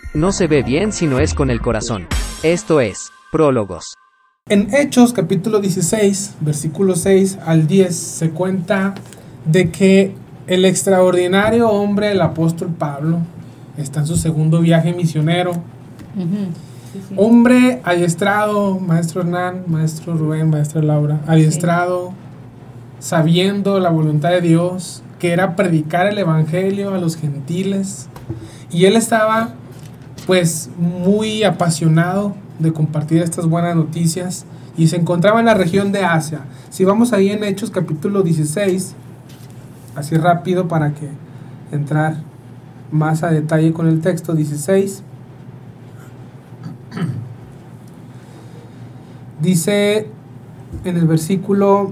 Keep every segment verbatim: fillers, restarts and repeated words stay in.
No se ve bien si no es con el corazón. Esto es, Prólogos. En Hechos capítulo dieciséis, versículo seis al diez, se cuenta de que el extraordinario hombre, el apóstol Pablo, está en su segundo viaje misionero. Uh-huh. Sí, sí. Hombre adiestrado, maestro Hernán, maestro Rubén, maestra Laura, adiestrado, sí. sabiendo la voluntad de Dios, que era predicar el evangelio a los gentiles. Y él estaba pues muy apasionado de compartir estas buenas noticias y se encontraba en la región de Asia. Si vamos ahí en Hechos capítulo dieciséis, así rápido para que entrar más a detalle con el texto, dieciséis, dice en el versículo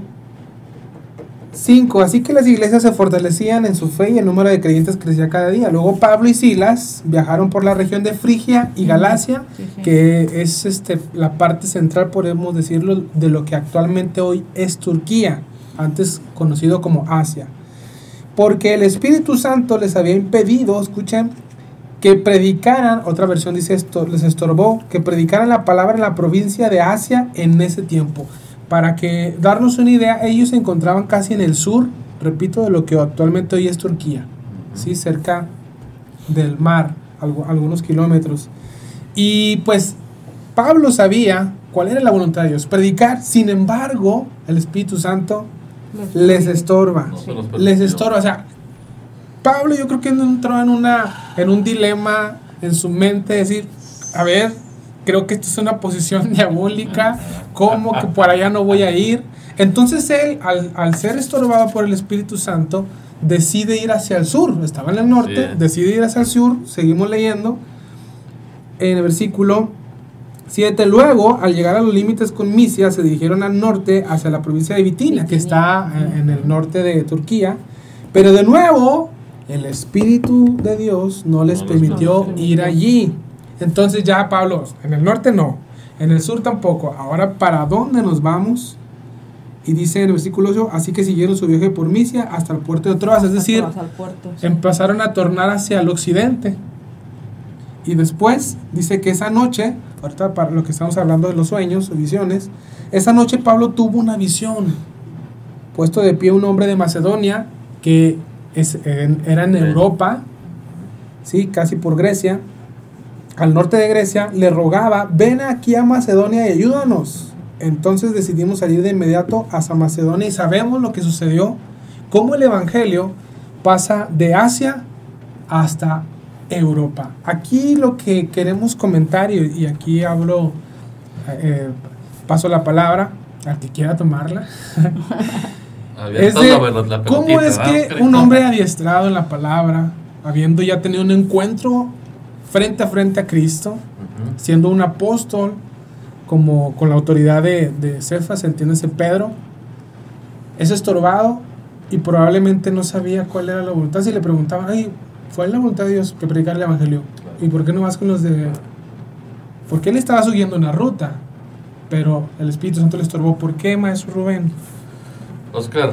cinco, así que las iglesias se fortalecían en su fe y el número de creyentes crecía cada día. Luego Pablo y Silas viajaron por la región de Frigia y Galacia, sí, sí. que es este, la parte central, podemos decirlo, de lo que actualmente hoy es Turquía, antes conocido como Asia. Porque el Espíritu Santo les había impedido, escuchen, que predicaran, otra versión dice esto, les estorbó, que predicaran la palabra en la provincia de Asia en ese tiempo. Para que darnos una idea, ellos se encontraban casi en el sur, repito, de lo que actualmente hoy es Turquía, ¿sí? Cerca del mar, algo, algunos kilómetros. Y pues Pablo sabía cuál era la voluntad de Dios, predicar. Sin embargo, el Espíritu Santo les estorba, no les estorba. O sea, Pablo yo creo que entró en, una, en un dilema en su mente, decir, a ver, creo que esto es una posición diabólica, ¿cómo que por allá no voy a ir? Entonces él, al, al ser estorbado por el Espíritu Santo, decide ir hacia el sur. Estaba en el norte, sí. decide ir hacia el sur. Seguimos leyendo en el versículo siete. Luego, al llegar a los límites con Misia, se dirigieron al norte hacia la provincia de Bitinia, que está en, en el norte de Turquía. Pero de nuevo, el Espíritu de Dios no les no permitió les ir allí. Entonces ya Pablo, en el norte no, en el sur tampoco. Ahora, ¿para dónde nos vamos? Y dice en el versículo ocho, así que siguieron su viaje por Misia hasta el puerto de Troas. Es decir, puerto, sí. empezaron a tornar hacia el occidente. Y después dice que esa noche, ahorita para lo que estamos hablando de los sueños o visiones, esa noche Pablo tuvo una visión. Puesto de pie un hombre de Macedonia, que es, en, era en Europa, ¿sí? Casi por Grecia, al norte de Grecia, le rogaba, ven aquí a Macedonia y ayúdanos. Entonces decidimos salir de inmediato hacia Macedonia y sabemos lo que sucedió, cómo el evangelio pasa de Asia hasta Europa. Aquí lo que queremos comentar, y, y aquí hablo, eh, paso la palabra al que quiera tomarla, es de, la, la cómo es que un hombre adiestrado en la palabra, habiendo ya tenido un encuentro frente a frente a Cristo, uh-huh. siendo un apóstol, como con la autoridad de, de Cefas, entiéndase Pedro, es estorbado y probablemente no sabía cuál era la voluntad. Si le preguntaban, ay, ¿cuál es la voluntad de Dios que predicar el evangelio? Claro. ¿Y por qué no vas con los de...? Porque él estaba siguiendo una ruta, pero el Espíritu Santo le estorbó. ¿Por qué, maestro Rubén? Oscar,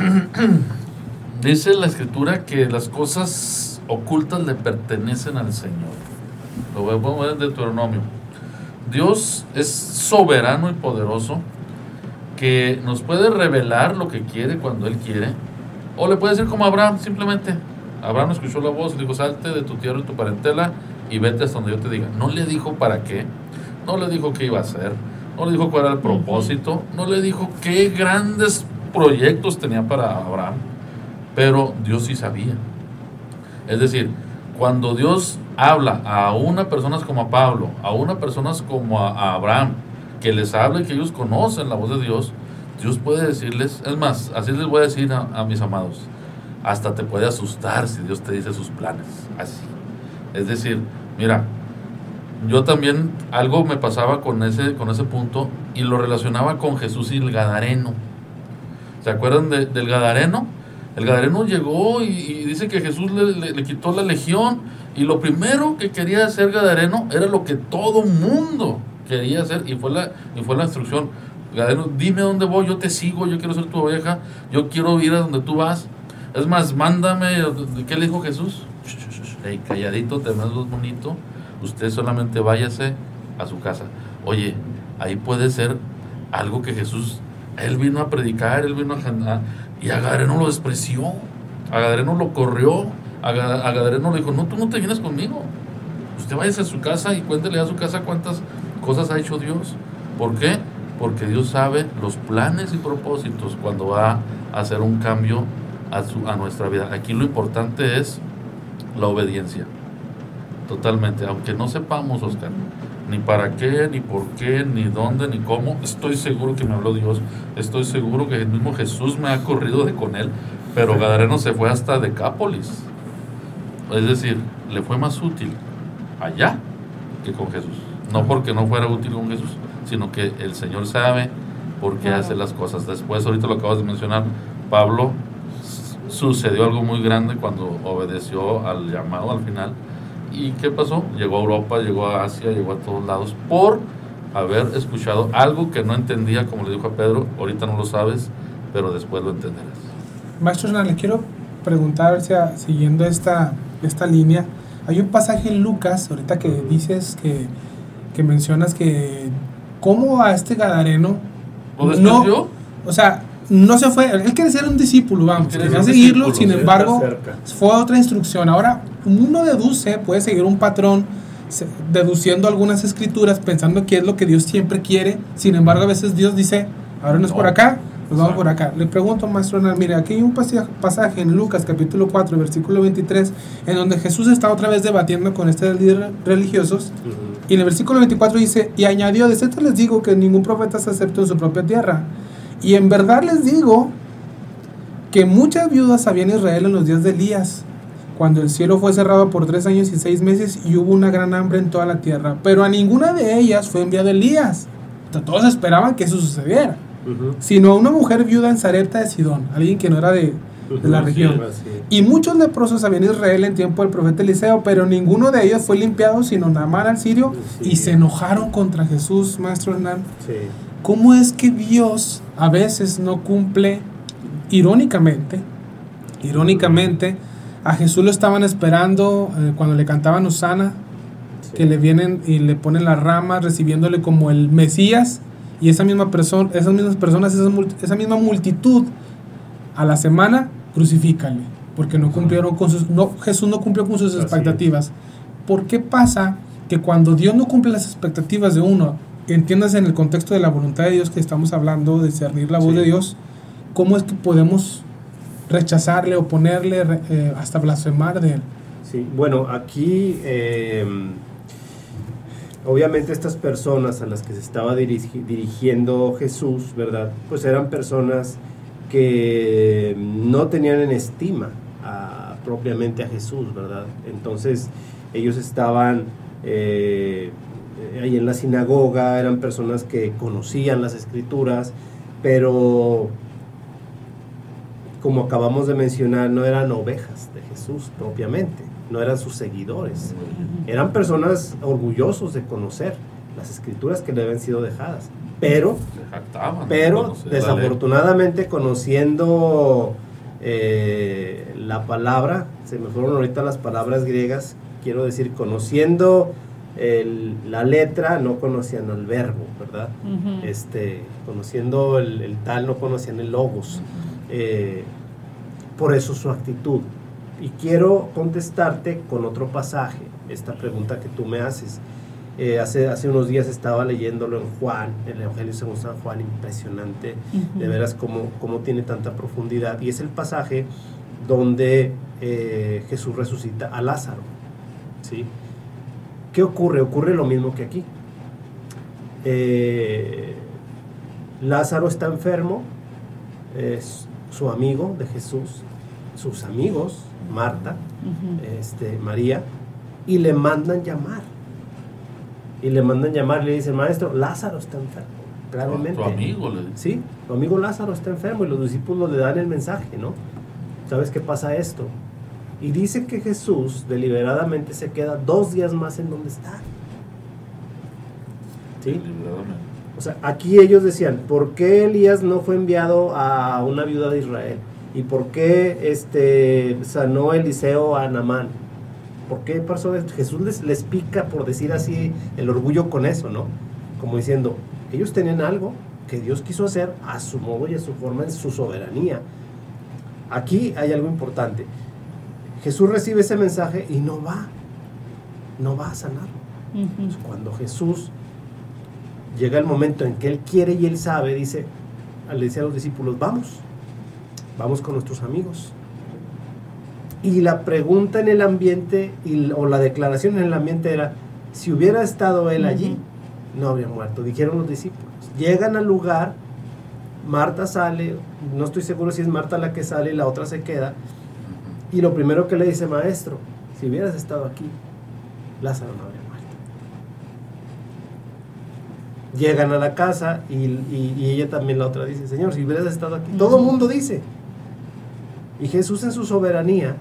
dice la Escritura que las cosas ocultas le pertenecen al Señor. Lo vemos en Deuteronomio. Dios es soberano y poderoso, que nos puede revelar lo que quiere cuando Él quiere, o le puede decir como Abraham, simplemente Abraham escuchó la voz y dijo, salte de tu tierra y tu parentela y vete hasta donde yo te diga. No le dijo para qué, no le dijo qué iba a hacer, no le dijo cuál era el propósito, no le dijo qué grandes proyectos tenía para Abraham, pero Dios sí sabía. Es decir, cuando Dios habla a unas personas como a Pablo, a unas personas como a, a Abraham, que les habla y que ellos conocen la voz de Dios, Dios puede decirles, es más, así les voy a decir a, a mis amados, hasta te puede asustar si Dios te dice sus planes, así. Es decir, mira, yo también, algo me pasaba con ese, con ese punto y lo relacionaba con Jesús y el Gadareno. ¿Se acuerdan de, del Gadareno? El Gadareno llegó y, y dice que Jesús le, le, le quitó la legión y lo primero que quería hacer Gadareno era lo que todo mundo quería hacer y fue la, y fue la instrucción. Gadareno, dime dónde voy, yo te sigo, yo quiero ser tu oveja, yo quiero ir a donde tú vas. Es más, mándame. ¿Qué le dijo Jesús? Hey, calladito, te ves bonito. usted solamente váyase a su casa. Oye, ahí puede ser algo que Jesús, él vino a predicar, él vino a ganar, y a Gadareno lo despreció, a Gadareno lo corrió, a Gadareno le dijo, no, tú no te vienes conmigo, usted váyase a su casa y cuéntele a su casa cuántas cosas ha hecho Dios. ¿Por qué? Porque Dios sabe los planes y propósitos cuando va a hacer un cambio a, su, a nuestra vida. Aquí lo importante es la obediencia, totalmente, aunque no sepamos, Oscar, ni para qué, ni por qué, ni dónde, ni cómo, estoy seguro que me habló Dios, estoy seguro que el mismo Jesús me ha corrido de con él, pero Gadareno se fue hasta Decápolis, es decir, le fue más útil allá que con Jesús, no porque no fuera útil con Jesús, sino que el Señor sabe por qué hace las cosas. Después, ahorita lo acabas de mencionar, Pablo, sucedió algo muy grande cuando obedeció al llamado al final. ¿Y qué pasó? Llegó a Europa, llegó a Asia, llegó a todos lados por haber escuchado algo que no entendía, como le dijo a Pedro, ahorita no lo sabes, pero después lo entenderás. Maestro Hernán, le quiero preguntar, o sea, siguiendo esta, esta línea, hay un pasaje en Lucas, ahorita que dices que, que mencionas que cómo a este Gadareno ¿lo despreció? No, o sea, no se fue, él quería ser un discípulo, vamos, quería quería ser seguirlo, discípulo, sin sí, embargo, fue otra instrucción. Ahora, uno deduce, puede seguir un patrón, se, deduciendo algunas escrituras, pensando que es lo que Dios siempre quiere, sin embargo, a veces Dios dice, ahora no es no. por acá, nos vamos por acá. Le pregunto, maestro Hernán, mire, aquí hay un pasaje en Lucas, capítulo cuatro, versículo veintitrés, en donde Jesús está otra vez debatiendo con estos líderes religiosos, uh-huh. Y en el versículo veinticuatro dice, y añadió, de cierto les digo que ningún profeta se acepta en su propia tierra. Y en verdad les digo que muchas viudas había en Israel en los días de Elías, cuando el cielo fue cerrado por tres años y seis meses y hubo una gran hambre en toda la tierra. Pero a ninguna de ellas fue enviado Elías. Todos esperaban que eso sucediera. Uh-huh. Sino a una mujer viuda en Sarepta de Sidón, alguien que no era de, de la región. Sí, sí. Y muchos leprosos habían en Israel en tiempo del profeta Eliseo, pero ninguno de ellos fue limpiado, sino Naamán al sirio, sí. Y se enojaron contra Jesús, maestro Hernán. Sí. ¿Cómo es que Dios a veces no cumple, irónicamente, irónicamente, a Jesús lo estaban esperando eh, cuando le cantaban Hosana, sí. Que le vienen y le ponen las ramas, recibiéndole como el Mesías, y esa misma persona, esas mismas personas, esa, esa misma multitud, a la semana, crucifícale, porque no cumplieron con sus, no, Jesús no cumplió con sus expectativas. ¿Por qué pasa que cuando Dios no cumple las expectativas de uno, entiendas en el contexto de la voluntad de Dios que estamos hablando, de discernir la voz sí. de Dios, cómo es que podemos rechazarle, oponerle, eh, hasta blasfemar de él? Sí, bueno, aquí eh, obviamente estas personas a las que se estaba dirigi- dirigiendo Jesús, ¿verdad? Pues eran personas que no tenían en estima a, propiamente a Jesús, ¿verdad? Entonces ellos estaban eh, ahí en la sinagoga, eran personas que conocían las escrituras, pero como acabamos de mencionar, no eran ovejas de Jesús propiamente, no eran sus seguidores, eran personas orgullosos de conocer las escrituras que le habían sido dejadas, pero, pero desafortunadamente conociendo eh, la palabra, se me fueron ahorita las palabras griegas, quiero decir, conociendo el, la letra, no conocían el verbo, ¿verdad? Uh-huh. Este, conociendo el, el tal, no conocían el logos. Eh, por eso su actitud. Y quiero contestarte con otro pasaje, esta pregunta que tú me haces. Eh, hace, hace unos días estaba leyéndolo en Juan, el Evangelio según San Juan, impresionante, uh-huh. De veras cómo, cómo tiene tanta profundidad, y es el pasaje donde eh, Jesús resucita a Lázaro, ¿sí? ¿Qué ocurre? Ocurre lo mismo que aquí. Eh, Lázaro está enfermo, es su amigo de Jesús, sus amigos, Marta, uh-huh. este, María, y le mandan llamar. Y le mandan llamar y le dicen, maestro, Lázaro está enfermo, gravemente. Tu amigo le dice. Sí, tu amigo Lázaro está enfermo, y los discípulos le dan el mensaje, ¿no? ¿Sabes qué pasa esto? Y dice que Jesús deliberadamente se queda dos días más en donde está. ¿Sí? O sea, aquí ellos decían, ¿por qué Elías no fue enviado a una viuda de Israel? ¿Y por qué este, sanó Eliseo a Naamán? ¿Por qué pasó esto? Jesús les, les pica, por decir así, el orgullo con eso, ¿no? Como diciendo, ellos tenían algo que Dios quiso hacer a su modo y a su forma, en su soberanía. Aquí hay algo importante. Jesús recibe ese mensaje y no va, no va a sanarlo. Uh-huh. Cuando Jesús llega el momento en que Él quiere y Él sabe, dice, le dice a los discípulos, vamos, vamos con nuestros amigos. Y la pregunta en el ambiente, y, o la declaración en el ambiente era, si hubiera estado Él allí, uh-huh. no habría muerto, dijeron los discípulos. Llegan al lugar, Marta sale, no estoy seguro si es Marta la que sale y la otra se queda, y lo primero que le dice, maestro, si hubieras estado aquí, Lázaro no habría muerto. Llegan a la casa y, y, y ella también, la otra, dice, Señor, si hubieras estado aquí. Todo el mundo dice. Y Jesús en su soberanía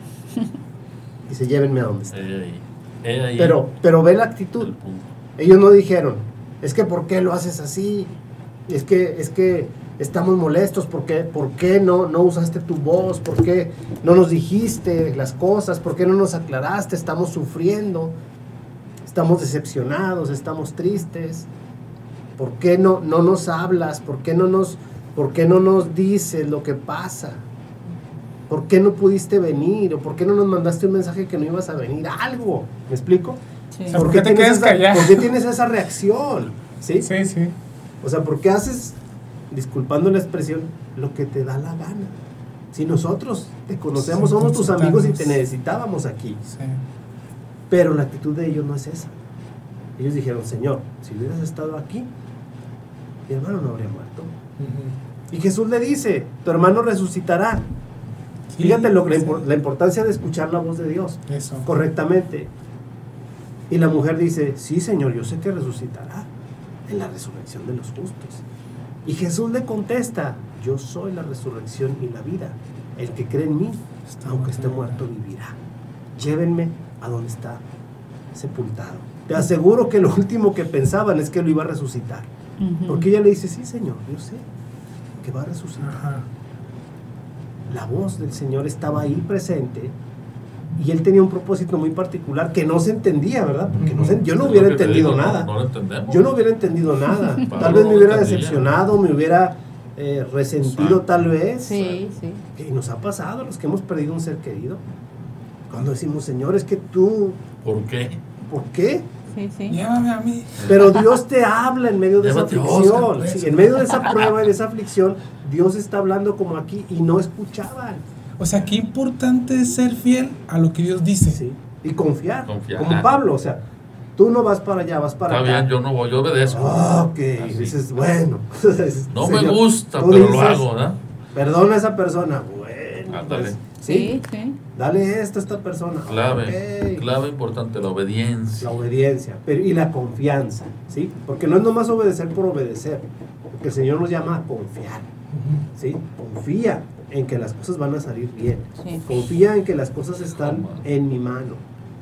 dice, llévenme a donde está. Ey, ey, ey, pero, pero ve la actitud. Ellos no dijeron, es que ¿por qué lo haces así? Es que, es que estamos molestos, ¿por qué, por qué no, no usaste tu voz? ¿Por qué no nos dijiste las cosas? ¿Por qué no nos aclaraste? Estamos sufriendo, estamos decepcionados, estamos tristes. ¿Por qué no, no nos hablas? ¿Por qué no nos, por qué no nos dices lo que pasa? ¿Por qué no pudiste venir? ¿O por qué no nos mandaste un mensaje que no ibas a venir? Algo, ¿me explico? Sí. ¿Por, ¿Por qué qué te quedas esa, callado? ¿Por qué tienes esa reacción? ¿Sí? Sí, sí. O sea, ¿por qué haces, disculpando la expresión, lo que te da la gana? Si nosotros te conocemos, sí, somos tus amigos y te necesitábamos aquí. Sí. Pero la actitud de ellos no es esa. Ellos dijeron, Señor, si hubieras estado aquí, mi hermano no habría muerto. Uh-huh. Y Jesús le dice, tu hermano resucitará. Sí, fíjate lo, sí. la, la importancia de escuchar la voz de Dios. Eso. Correctamente. Y la mujer dice, sí, Señor, yo sé que resucitará en la resurrección de los justos. Y Jesús le contesta, yo soy la resurrección y la vida. El que cree en mí, está aunque esté muerto, vivirá. Llévenme a donde está sepultado. Te aseguro que lo último que pensaban es que lo iba a resucitar. Uh-huh. Porque ella le dice, sí, Señor, yo sé que va a resucitar. Uh-huh. La voz del Señor estaba ahí presente y Él tenía un propósito muy particular que no se entendía, ¿verdad? Porque no se, yo no hubiera entendido digo, nada. No, no lo entendemos. Yo no hubiera entendido nada. Tal vez me hubiera decepcionado, me hubiera eh, resentido, o sea, tal vez. Sí, sí. Y nos ha pasado a los que hemos perdido un ser querido. Cuando decimos, Señor, es que tú... ¿Por qué? ¿Por qué? Sí, sí. Llévame a mí. Pero Dios te habla en medio de Llévate esa aflicción. Oscar, sí, en medio de esa prueba y de esa aflicción, Dios está hablando como aquí y no escuchaban. O sea, qué importante es ser fiel a lo que Dios dice. Sí. Y confiar. Confiar. Como Pablo, o sea, tú no vas para allá, vas para Está acá. bien, yo no voy, yo obedezco. Ah, ok. Así. Dices, bueno. No Señor, me gusta, tú pero dices, lo hago, ¿verdad? Perdona a esa persona. Bueno. Ándale. Pues, Sí, sí. sí. Dale esto a esta persona. Clave, Okay. clave importante, la obediencia. La obediencia pero, y la confianza, ¿sí? Porque no es nomás obedecer por obedecer, porque el Señor nos llama a confiar, ¿sí? Confía en que las cosas van a salir bien. Sí. Confía en que las cosas están en mi mano.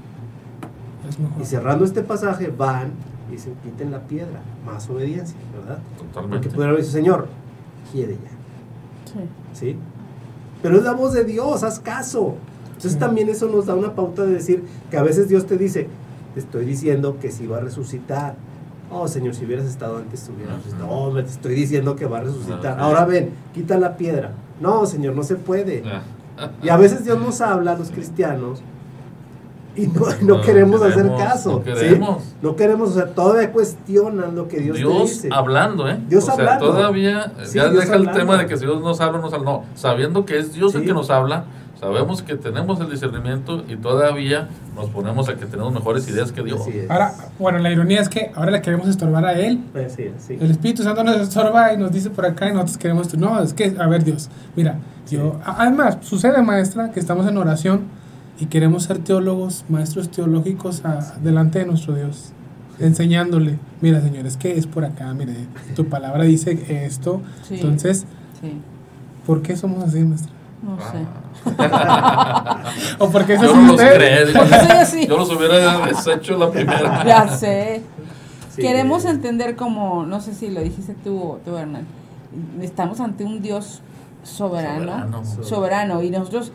Y cerrando este pasaje, van y dicen, quiten la piedra, más obediencia, ¿verdad? Totalmente. Porque pudieron decir, Señor, quiere ya. Sí. ¿Sí? Pero es la voz de Dios, haz caso. Entonces sí. También eso nos da una pauta de decir que a veces Dios te dice, te estoy diciendo que si va a resucitar. Oh, Señor, si hubieras estado antes, te hubieras resucitado. Oh, me te estoy diciendo que va a resucitar. Uh-huh. Ahora ven, quita la piedra. No, Señor, no se puede. Uh-huh. Y a veces Dios nos habla a los cristianos y no, no, no queremos, queremos hacer caso. No queremos. ¿sí? No queremos, o sea, todavía cuestionan lo que Dios, Dios te dice. Dios hablando, ¿eh? Dios o hablando. Sea, todavía, sí, ya Dios deja hablando. El tema de que si Dios nos habla, nos habla. No, sabiendo que es Dios sí. el que nos habla, sabemos que tenemos el discernimiento y todavía nos ponemos a que tenemos mejores ideas que Dios. Ahora, bueno, la ironía es que ahora le queremos estorbar a Él. Sí, sí. El Espíritu Santo nos estorba y nos dice por acá y nosotros queremos... No, es que, a ver, Dios, mira, sí. yo... Además, sucede, maestra, que estamos en oración y queremos ser teólogos, maestros teológicos a, delante de nuestro Dios, sí. enseñándole, mira, Señor, es que es por acá, mire, tu palabra dice esto, sí. entonces, sí. ¿por qué somos así, maestra? No sé. ¿O por qué yo eso no usted? los creé, sí. Yo los hubiera deshecho la primera. Ya sé. Sí. Queremos entender como, no sé si lo dijiste tú, tú Hernán, estamos ante un Dios soberano, soberano, soberano y nosotros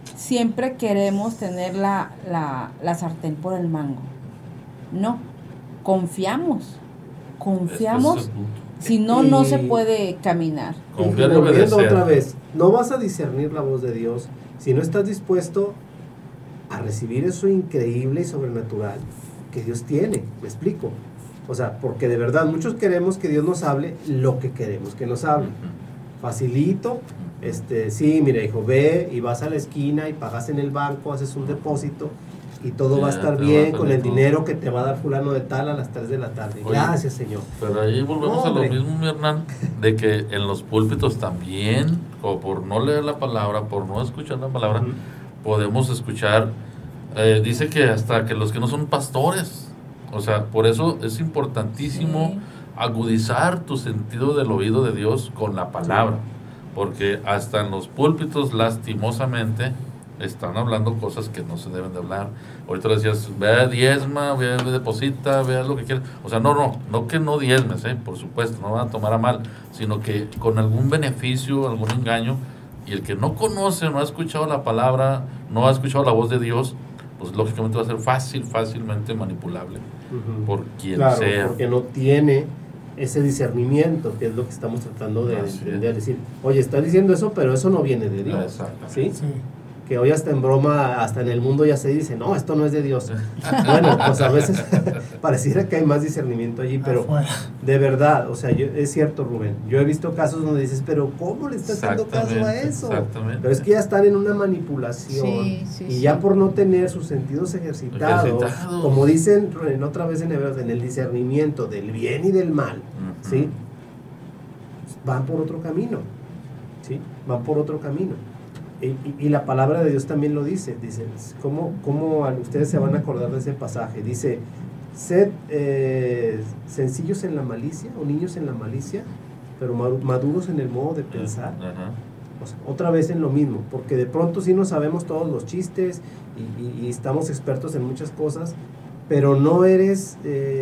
siempre queremos tener la, la, la sartén por el mango. No, confiamos, confiamos, Este es el punto. si no, no se Y- puede caminar. Confiar y Y volviendo obedecer. otra vez, no vas a discernir la voz de Dios si no estás dispuesto a recibir eso increíble y sobrenatural que Dios tiene. ¿Me explico? O sea, porque de verdad muchos queremos que Dios nos hable lo que queremos que nos hable. Facilito, este, sí, mira hijo, ve y vas a la esquina y pagas en el banco, haces un depósito y todo va a Ya, estar te va a bien salir con el todo. dinero que te va a dar fulano de tal a las tres de la tarde. Oye, Gracias, Señor. Pero ahí volvemos a Hombre. lo mismo, mi Hernán, de que en los púlpitos también, o por no leer la palabra, por no escuchar la palabra, Ujú. podemos escuchar, eh, dice que hasta que los que no son pastores, o sea, por eso es importantísimo Sí. agudizar tu sentido del oído de Dios con la palabra, porque hasta en los púlpitos, lastimosamente, están hablando cosas que no se deben de hablar. Ahorita le decías, vea diezma, vea deposita, vea lo que quieras. O sea, no, no, no que no diezmes, ¿eh? Por supuesto, no van a tomar a mal, sino que con algún beneficio, algún engaño, y el que no conoce, no ha escuchado la palabra, no ha escuchado la voz de Dios, pues lógicamente va a ser fácil, fácilmente manipulable Ujú. por quien Claro, sea. porque no tiene ese discernimiento, que es lo que estamos tratando de Así entender, es. decir, oye, está diciendo eso, pero eso no viene de Dios. Exacto. ¿Sí? Sí. Que hoy hasta en broma, hasta en el mundo ya se dice, no, esto no es de Dios. Bueno, pues a veces pareciera que hay más discernimiento allí, pero Afuera. de verdad, o sea, yo, es cierto, Rubén, yo he visto casos donde dices, pero ¿cómo le estás dando caso a Exactamente, eso? exactamente. Pero es que ya están en una manipulación Sí, sí, y sí. ya por no tener sus sentidos ejercitados, Ejercitados. como dicen en otra vez en Hebreos, en el discernimiento del bien y del mal, Ujú. ¿sí? Van por otro camino, ¿sí? Van por otro camino. Y, y- y la palabra de Dios también lo dice, dice, ¿cómo, cómo a- ustedes se van a acordar de ese pasaje? Dice, sed eh, sencillos en la malicia, o niños en la malicia, pero ma- maduros en el modo de pensar. Ajá. O sea, otra vez en lo mismo, porque de pronto sí nos sabemos todos los chistes y, y- y estamos expertos en muchas cosas, pero no eres...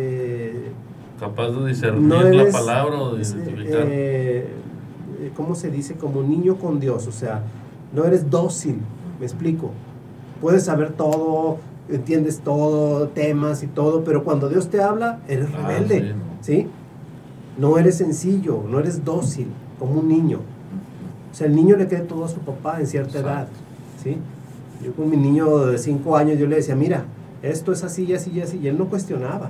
eh, Capaz de discernir no la eres, palabra o de eh, identificar. eh, ¿cómo se dice? Como niño con Dios, o sea, no eres dócil, me explico. Puedes saber todo, entiendes todo, temas y todo, pero cuando Dios te habla, eres Ah, rebelde, sí, no. ¿sí? No eres sencillo, no eres dócil, como un niño. O sea, el niño le cree todo a su papá en cierta Exacto. edad, ¿sí? Yo con mi niño de cinco años, yo le decía, mira, esto es así y así y así, y él no cuestionaba.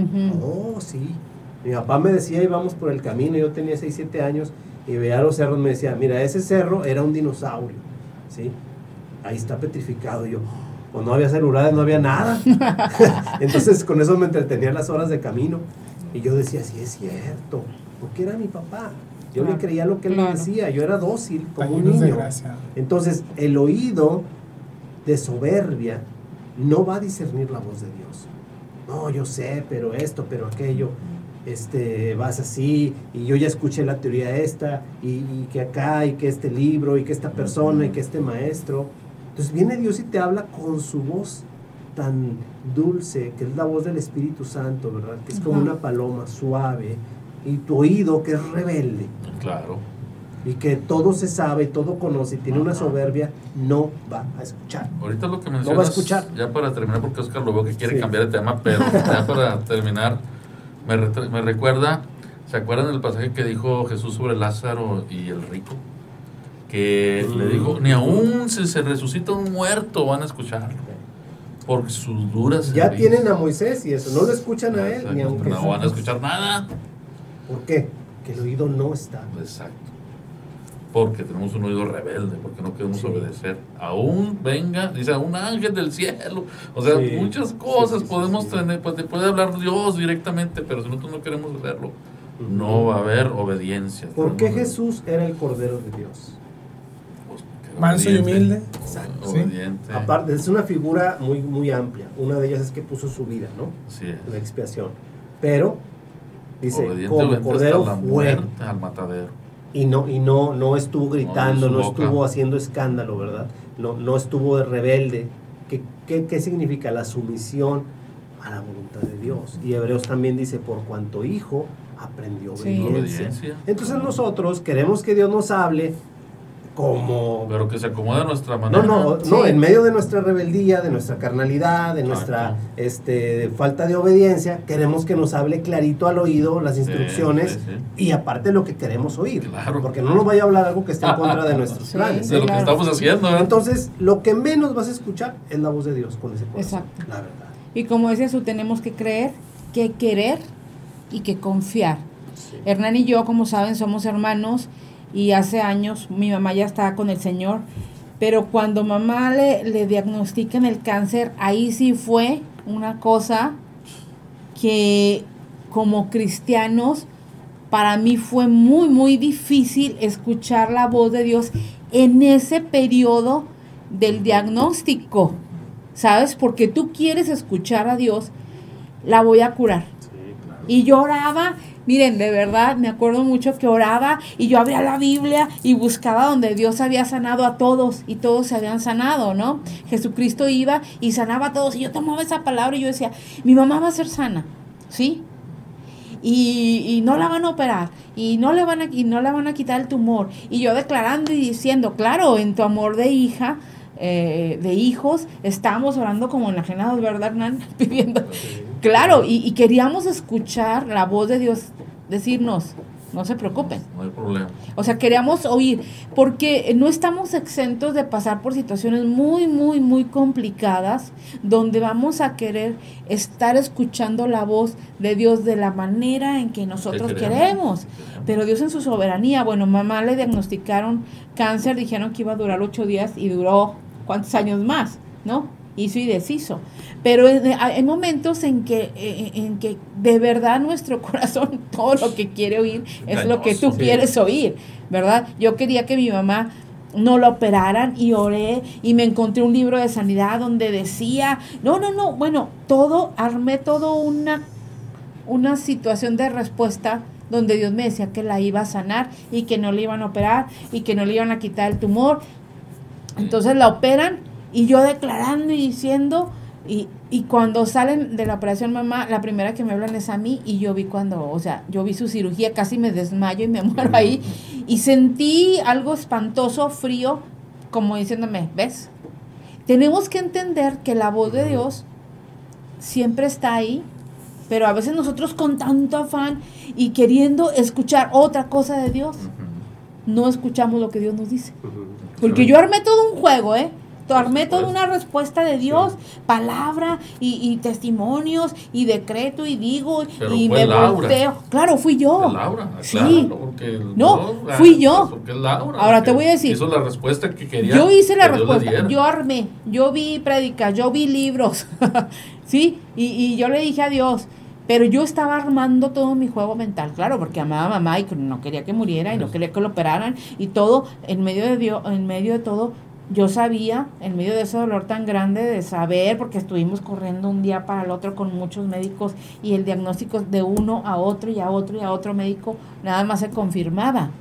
Ujú. Oh, sí. Mi papá me decía, íbamos por el camino, yo tenía seis, siete años, y veía los cerros, me decía, mira, ese cerro era un dinosaurio, ¿sí? Ahí está petrificado, y yo, pues no había celulares, no había nada. Entonces, con eso me entretenía las horas de camino, y yo decía, sí, es cierto, porque era mi papá. Yo Claro, le creía lo que él me claro. decía, yo era dócil, como un Talleres de niño. gracia. Entonces, el oído de soberbia no va a discernir la voz de Dios. No, yo sé, pero esto, pero aquello, este, vas así, y yo ya escuché la teoría esta, y, y que acá, y que este libro, y que esta persona, y que este maestro. Entonces viene Dios y te habla con su voz tan dulce, que es la voz del Espíritu Santo, ¿verdad? Que es como Ajá. una paloma suave, y tu oído que es rebelde, Claro. y que todo se sabe, todo conoce, y tiene una Ajá. soberbia, no va a escuchar. Ahorita lo que No va a mencionas, escuchar. ya para terminar, porque Oscar lo veo que quiere Sí. cambiar de tema, pero ya para terminar, me, re- me recuerda, ¿se acuerdan del pasaje que dijo Jesús sobre Lázaro y el rico? Que Mm. le dijo, ni aún si se resucita un muerto van a escucharlo, por sus duras Ya heridas. tienen a Moisés y eso, no lo escuchan a él, ni aunque No van a escuchar nada. ¿Por qué? Que el oído no está. Exacto. Porque tenemos un oído rebelde, porque no queremos Sí. obedecer. Aún venga, dice, a un ángel del cielo. O sea, Sí. muchas cosas Sí, sí, sí, podemos sí. tener, pues te puede hablar Dios directamente, pero si nosotros no queremos hacerlo, no va a haber obediencia. ¿Por qué Tenemos- Jesús era el Cordero de Dios? pues, porque era Manso y obediente. humilde. Exacto. Sí. Obediente. Aparte, es una figura muy, muy amplia. Una de ellas es que puso su vida, ¿no? Sí es. La expiación. Pero, dice, Obediente, como obediente Cordero hasta la fue. muerte, al matadero. Y no, y no, no estuvo gritando, su no, boca. estuvo haciendo escándalo, ¿verdad? No, no estuvo de rebelde. ¿Qué, qué, ¿Qué significa? La sumisión a la voluntad de Dios. Y Hebreos también dice, por cuanto hijo, aprendió Sí. obediencia. Obediencia. Entonces nosotros queremos que Dios nos hable como... Pero que se acomode a nuestra No, manera. no, Sí. no, en medio de nuestra rebeldía, de nuestra carnalidad, de nuestra Exacto. este, falta de obediencia, queremos que nos hable clarito al oído las Sí, instrucciones sí, sí. y aparte lo que queremos oír. Claro. Porque no nos vaya a hablar algo que esté en contra de nuestros Sí. planes. De lo Claro. que estamos haciendo, ¿verdad? Entonces, lo que menos vas a escuchar es la voz de Dios con ese corazón. Exacto. La verdad. Y como dice Jesús, tenemos que creer, que querer y que confiar. Sí. Hernán y yo, como saben, somos hermanos y hace años mi mamá ya estaba con el Señor, pero cuando mamá le, le diagnostican el cáncer, ahí sí fue una cosa que como cristianos para mí fue muy, muy difícil escuchar la voz de Dios en ese periodo del diagnóstico, ¿sabes? Porque tú quieres escuchar a Dios, la voy a curar. Sí, claro. Y yo oraba, miren, de verdad, me acuerdo mucho que oraba y yo abría la Biblia y buscaba donde Dios había sanado a todos y todos se habían sanado, ¿no? Jesucristo iba y sanaba a todos y yo tomaba esa palabra y yo decía, mi mamá va a ser sana, ¿sí? Y, y no la van a operar y no le van a, y no le van a quitar el tumor. Y yo declarando y diciendo, claro, en tu amor de hija, eh, de hijos, estábamos orando como enajenados, ¿verdad, Hernán? Pidiendo. Sí. Claro, y, y queríamos escuchar la voz de Dios decirnos, no se preocupen. No hay problema. O sea, queríamos oír, porque no estamos exentos de pasar por situaciones muy, muy, muy complicadas, donde vamos a querer estar escuchando la voz de Dios de la manera en que nosotros Que queremos. queremos. Pero Dios en su soberanía, bueno, mamá le diagnosticaron cáncer, dijeron que iba a durar ocho días y duró cuántos años más, ¿no? Hizo y deshizo. Pero hay momentos en que, en que de verdad nuestro corazón todo lo que quiere oír es lo que tú Engañoso. quieres oír, ¿verdad? Yo quería que mi mamá no la operaran y oré y me encontré un libro de sanidad donde decía, no, no, no, bueno, todo, armé todo una, una situación de respuesta donde Dios me decía que la iba a sanar y que no le iban a operar y que no le iban a quitar el tumor. Entonces la operan y yo declarando y diciendo, y, y cuando salen de la operación mamá, la primera que me hablan es a mí y yo vi cuando, o sea, yo vi su cirugía, casi me desmayo y me muero ahí y sentí algo espantoso, frío, como diciéndome, ¿ves? Tenemos que entender que la voz de Dios siempre está ahí, pero a veces nosotros con tanto afán y queriendo escuchar otra cosa de Dios, no escuchamos lo que Dios nos dice. Ujú. Porque yo armé todo un juego, ¿eh? Armé toda una respuesta de Dios, palabra y, y testimonios y decreto y digo Pero y fue me Laura. volteo. Claro, fui yo. Es Laura, Sí. claro, porque el- No, ah, fui yo. pues, porque es Laura, Ahora te que voy a decir. Hizo la respuesta que quería. Yo hice la que Dios le respuesta, diera. yo armé, yo vi prédicas, yo vi libros, ¿sí? Y, y yo le dije a Dios, pero yo estaba armando todo mi juego mental, claro, porque amaba a mamá y no quería que muriera y no quería que lo operaran y todo, en medio de Dios, en medio de todo, yo sabía, en medio de ese dolor tan grande de saber, porque estuvimos corriendo un día para el otro con muchos médicos y el diagnóstico de uno a otro y a otro y a otro médico nada más se confirmaba.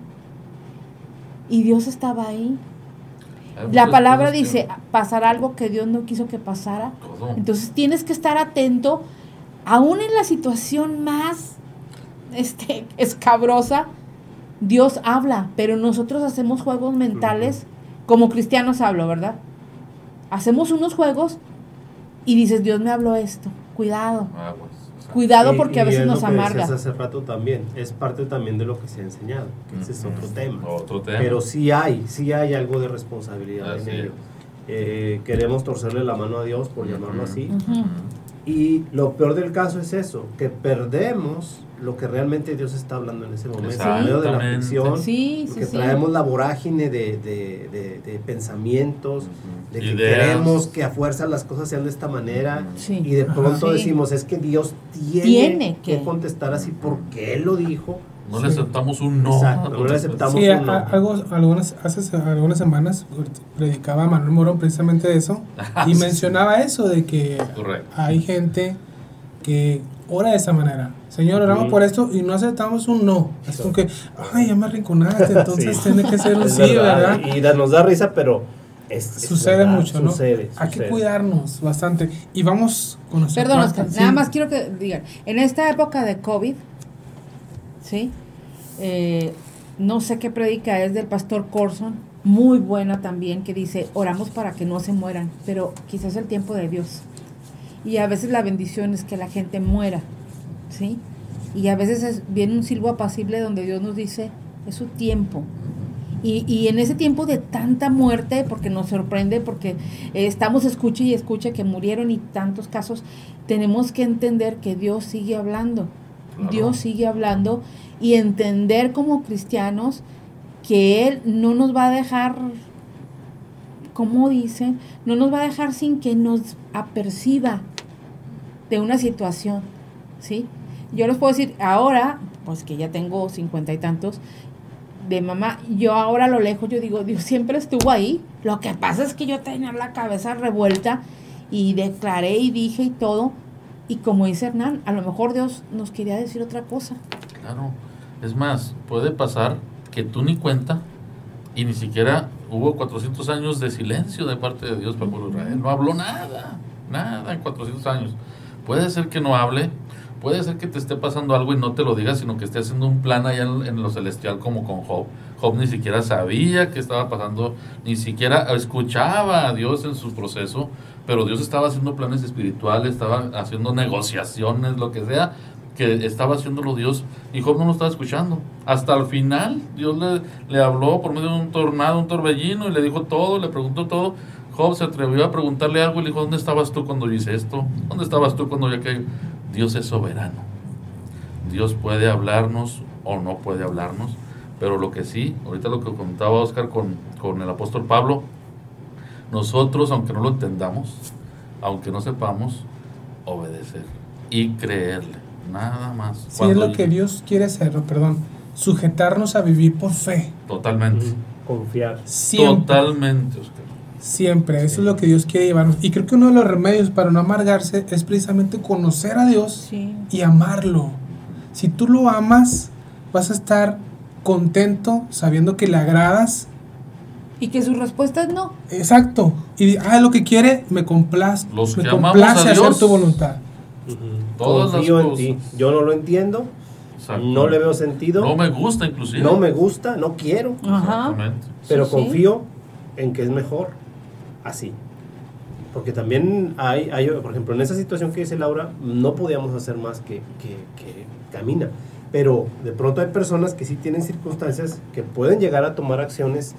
Y Dios estaba ahí. Hay La muchas palabra cosas que- dice, pasará algo que Dios no quiso que pasara. Todo. Entonces tienes que estar atento, aún en la situación más este, escabrosa, Dios habla, pero nosotros hacemos juegos mentales, como cristianos hablo, ¿verdad? Hacemos unos juegos y dices, Dios me habló esto, cuidado, Ah, pues, o sea, cuidado Y- porque y a veces es lo nos que amarga. decías hace rato también, es parte también de lo que se ha enseñado, que ese es otro tema. Otro tema. Pero sí hay, sí hay algo de responsabilidad Así en ello. es. Eh, queremos torcerle la mano a Dios, por llamarlo así. Ujú. Y lo peor del caso es eso, que perdemos lo que realmente Dios está hablando en ese momento, en medio de la Exactamente. aflicción, Sí, sí, porque sí. traemos la vorágine de, de, de, de pensamientos, de que Ideas. queremos que a fuerza las cosas sean de esta manera, Sí. y de pronto Sí. decimos, es que Dios tiene, Tiene que, que. contestar así porque Él lo dijo. No le aceptamos un no. Exacto, no le aceptamos Sí, un a- no. a- algo, algunas, hace algunas semanas predicaba Manuel Morón precisamente de eso y Sí, mencionaba eso de que Correcto. hay gente que ora de esa manera. Señor, oramos Ujú. por esto y no aceptamos un no. Es como que, ay, ya me arrinconaste, entonces Sí. tiene que ser un Es sí, ¿verdad? Y da- nos da risa, pero es, es Sucede verdad, mucho, ¿no? Sucede, Hay que sucede. cuidarnos bastante. Y vamos con nuestro Perdón, cuarto- Oscar, sí. nada más quiero que digan, en esta época de COVID, ¿sí? Eh, no sé qué predica es del pastor Corson, muy buena también que dice, oramos para que no se mueran, pero quizás es el tiempo de Dios. Y a veces la bendición es que la gente muera, ¿sí? Y a veces es, viene un silbo apacible donde Dios nos dice, es su tiempo. Y, y en ese tiempo de tanta muerte, porque nos sorprende, porque eh, estamos escuche y escuche que murieron y tantos casos, tenemos que entender que Dios sigue hablando. Claro. Dios sigue hablando y entender como cristianos que Él no nos va a dejar, como dicen, no nos va a dejar sin que nos aperciba de una situación, ¿sí? Yo les puedo decir, ahora, pues que ya tengo cincuenta y tantos, de mamá, yo ahora a lo lejos, yo digo, Dios siempre estuvo ahí, lo que pasa es que yo tenía la cabeza revuelta y declaré y dije y todo, y como dice Hernán, a lo mejor Dios nos quería decir otra cosa. Claro, es más, puede pasar que tú ni cuenta y ni siquiera hubo cuatrocientos años de silencio de parte de Dios para el pueblo de Israel, no habló nada, nada en cuatrocientos años. Puede ser que no hable, puede ser que te esté pasando algo y no te lo diga, sino que esté haciendo un plan allá en, en lo celestial como con Job. Job ni siquiera sabía qué estaba pasando, ni siquiera escuchaba a Dios en su proceso, pero Dios estaba haciendo planes espirituales, estaba haciendo negociaciones, lo que sea, que estaba haciéndolo Dios, y Job no lo estaba escuchando. Hasta el final, Dios le, le habló por medio de un tornado, un torbellino, y le dijo todo, le preguntó todo. Job se atrevió a preguntarle algo y le dijo, ¿dónde estabas tú cuando yo hice esto? ¿Dónde estabas tú cuando yo aquello? Dios es soberano. Dios puede hablarnos o no puede hablarnos, pero lo que sí, ahorita lo que comentaba Oscar con, con el apóstol Pablo, nosotros, aunque no lo entendamos, aunque no sepamos, obedecer y creerle, nada más. Sí, es lo que Dios quiere hacer, perdón, sujetarnos a vivir por fe. Totalmente. Mm, confiar. Siempre. Totalmente, Oscar. Siempre, eso es lo que Dios quiere llevarnos. Y creo que uno de los remedios para no amargarse es precisamente conocer a Dios, sí, y amarlo. Si tú lo amas, vas a estar contento sabiendo que le agradas. Y que su respuesta es no. Exacto. Y ah, lo que quiere, me complace, Los me que complace a Dios, hacer tu voluntad. Uh-huh. Todas Confío las en cosas. ti. Yo no lo entiendo. Exacto. No le veo sentido. No me gusta inclusive. No me gusta, no quiero. Ajá. Pero sí, confío sí. en que es mejor así. Porque también hay, hay, por ejemplo, en esa situación que dice Laura, no podíamos hacer más que, que, que camina. Pero de pronto hay personas que sí tienen circunstancias que pueden llegar a tomar acciones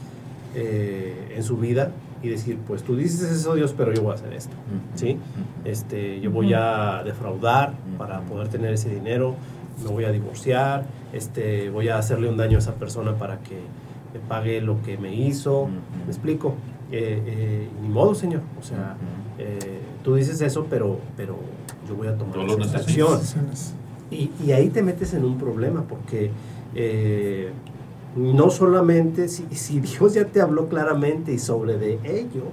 eh, en su vida y decir, pues tú dices eso, Dios, pero yo voy a hacer esto, ¿sí? Este, yo voy a defraudar para poder tener ese dinero, me voy a divorciar, este, voy a hacerle un daño a esa persona para que me pague lo que me hizo, ¿me explico? Eh, eh, ni modo, Señor, o sea, eh, tú dices eso, pero, pero yo voy a tomar esa acción. Y, y ahí te metes en un problema, porque eh, no solamente, si, si Dios ya te habló claramente y sobre de ello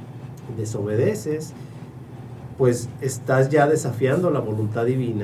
desobedeces, pues estás ya desafiando la voluntad divina,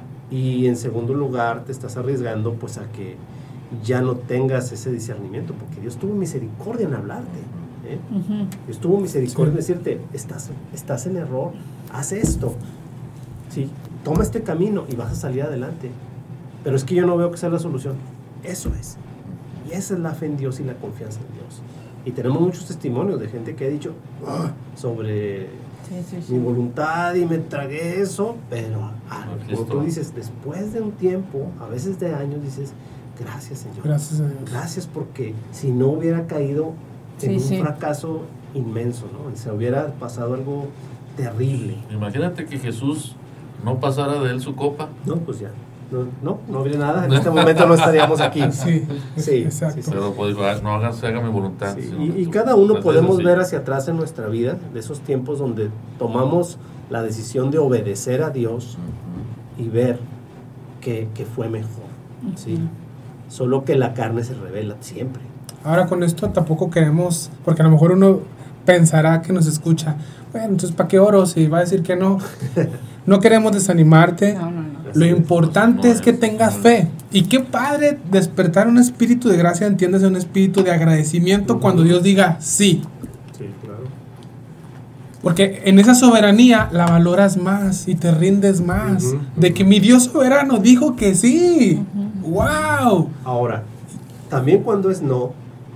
y en segundo lugar te estás arriesgando pues a que ya no tengas ese discernimiento, porque Dios tuvo misericordia en hablarte. ¿Eh? Uh-huh. Dios tuvo misericordia en decirte, estás, estás en error, haz esto, ¿sí? Toma este camino y vas a salir adelante, pero es que yo no veo que sea la solución. Eso es, y esa es la fe en Dios y la confianza en Dios. Y tenemos muchos testimonios de gente que ha dicho oh, sobre sí, sí, sí. mi voluntad y me tragué eso, pero ah, como tú dices, después de un tiempo, a veces de años, dices, gracias, Señor, gracias a Dios. Gracias, porque si no hubiera caído en sí, un sí. fracaso inmenso, ¿no? Se hubiera pasado algo terrible. Imagínate que Jesús no pasara de él su copa. No, pues ya. No, no, no habría nada. En este momento no estaríamos aquí. Sí, sí, exacto. Sí, pero pues, no haga, se haga mi voluntad. Sí. Y, y cada uno podemos ver hacia atrás en nuestra vida, de esos tiempos donde tomamos la decisión de obedecer a Dios uh-huh. y ver que, que fue mejor. Uh-huh. ¿Sí? Solo que la carne se revela siempre. Ahora con esto tampoco queremos, porque a lo mejor uno pensará que nos escucha, bueno, entonces ¿para qué oro si va a decir que no? No queremos desanimarte. No, no, no. Lo importante es que tengas fe. Y qué padre despertar un espíritu de gracia, entiéndase, un espíritu de agradecimiento uh-huh. cuando Dios diga sí. Sí, claro. Porque en esa soberanía la valoras más y te rindes más. Uh-huh. De que mi Dios soberano dijo que sí. Uh-huh. ¡Wow! Ahora, también cuando es no,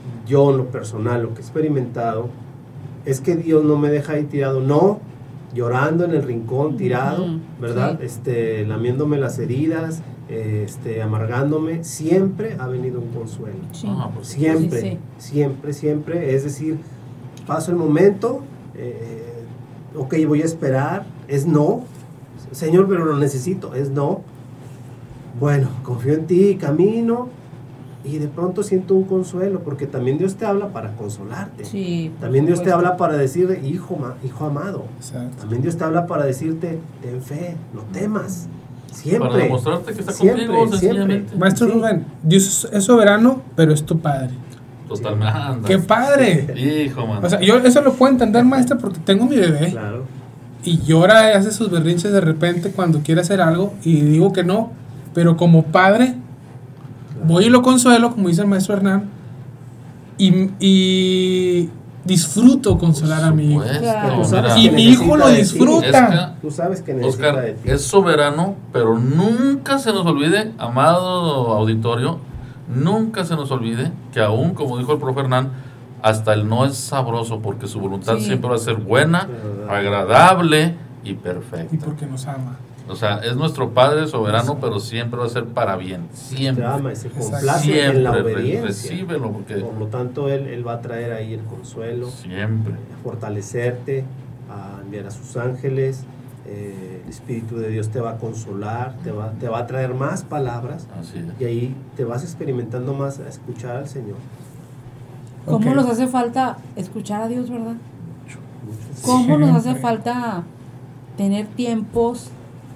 yo en lo personal, lo que he experimentado, es que Dios no me deja ahí tirado, no, llorando en el rincón, tirado, Ujú, ¿verdad? sí. Este, lamiéndome las heridas, eh, este, amargándome, siempre ha venido un consuelo. Sí. Ah, pues, Siempre, Sí, sí. siempre, siempre. Es decir, paso el momento, eh, ok, voy a esperar, es no. Señor, pero lo necesito, es no. Bueno, confío en ti, camino, y de pronto siento un consuelo, porque también Dios te habla para consolarte. Sí, por También Dios te supuesto. habla para decir, hijo, ma- hijo amado. Exacto. También Dios te habla para decirte, ten fe, no temas. Siempre. Para demostrarte que está Siempre, contigo, siempre. sencillamente. Maestro Sí. Rubén, Dios es soberano, pero es tu padre. Totalmente. Anda. ¡Qué padre! Hijo, man. O sea, yo eso lo puedo entender, maestra, porque tengo mi bebé Claro. y llora y hace sus berrinches de repente cuando quiere hacer algo y digo que no, pero como padre voy y lo consuelo, como dice el maestro Hernán, y, y disfruto consolar a mi hijo. Por supuesto, Claro. Tú sabes mira. Y que mi hijo lo necesita de ti. disfruta. Tú sabes que necesita Oscar, de ti. es soberano, pero nunca se nos olvide, amado auditorio, nunca se nos olvide que aún, como dijo el profe Hernán, hasta el no es sabroso, porque su voluntad Sí. siempre va a ser buena, Verdad. agradable y Y perfecta. porque nos ama. O sea, es nuestro Padre soberano, pero siempre va a ser para bien, Te siempre. ama y se Exacto. complace en la Siempre, re- obediencia. recíbelo, porque Por lo tanto, él, él va a traer ahí el consuelo, siempre. a fortalecerte, a enviar a sus ángeles. eh, el Espíritu de Dios te va a consolar, te va, te va a traer más palabras Así es. y ahí te vas experimentando más a escuchar al Señor. ¿Cómo Ok. nos hace falta escuchar a Dios, verdad? Mucho. ¿Cómo nos hace Siempre. falta tener tiempos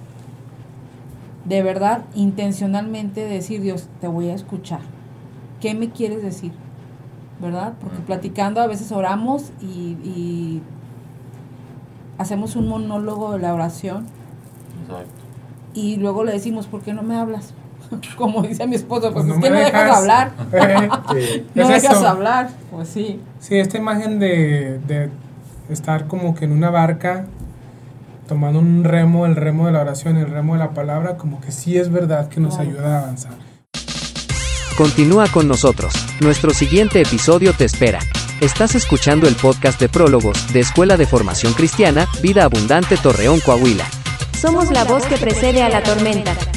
de verdad, intencionalmente decir, Dios, te voy a escuchar? ¿Qué me quieres decir? ¿Verdad? Porque Ujú. platicando a veces oramos y, y hacemos un monólogo de la oración Exacto. y luego le decimos, ¿por qué no me hablas? Como dice mi esposo, pues, Pues no es que me no dejas dejas. hablar. Eh, Sí. No Es dejas eso. hablar. Pues sí. Sí, esta imagen de, de estar como que en una barca tomando un remo, el remo de la oración, el remo de la palabra, como que sí es verdad que nos Claro. ayuda a avanzar. Continúa con nosotros. Nuestro siguiente episodio te espera. Estás escuchando el podcast de Prólogos, de Escuela de Formación Cristiana, Vida Abundante Torreón, Coahuila. Somos la voz que precede a la tormenta.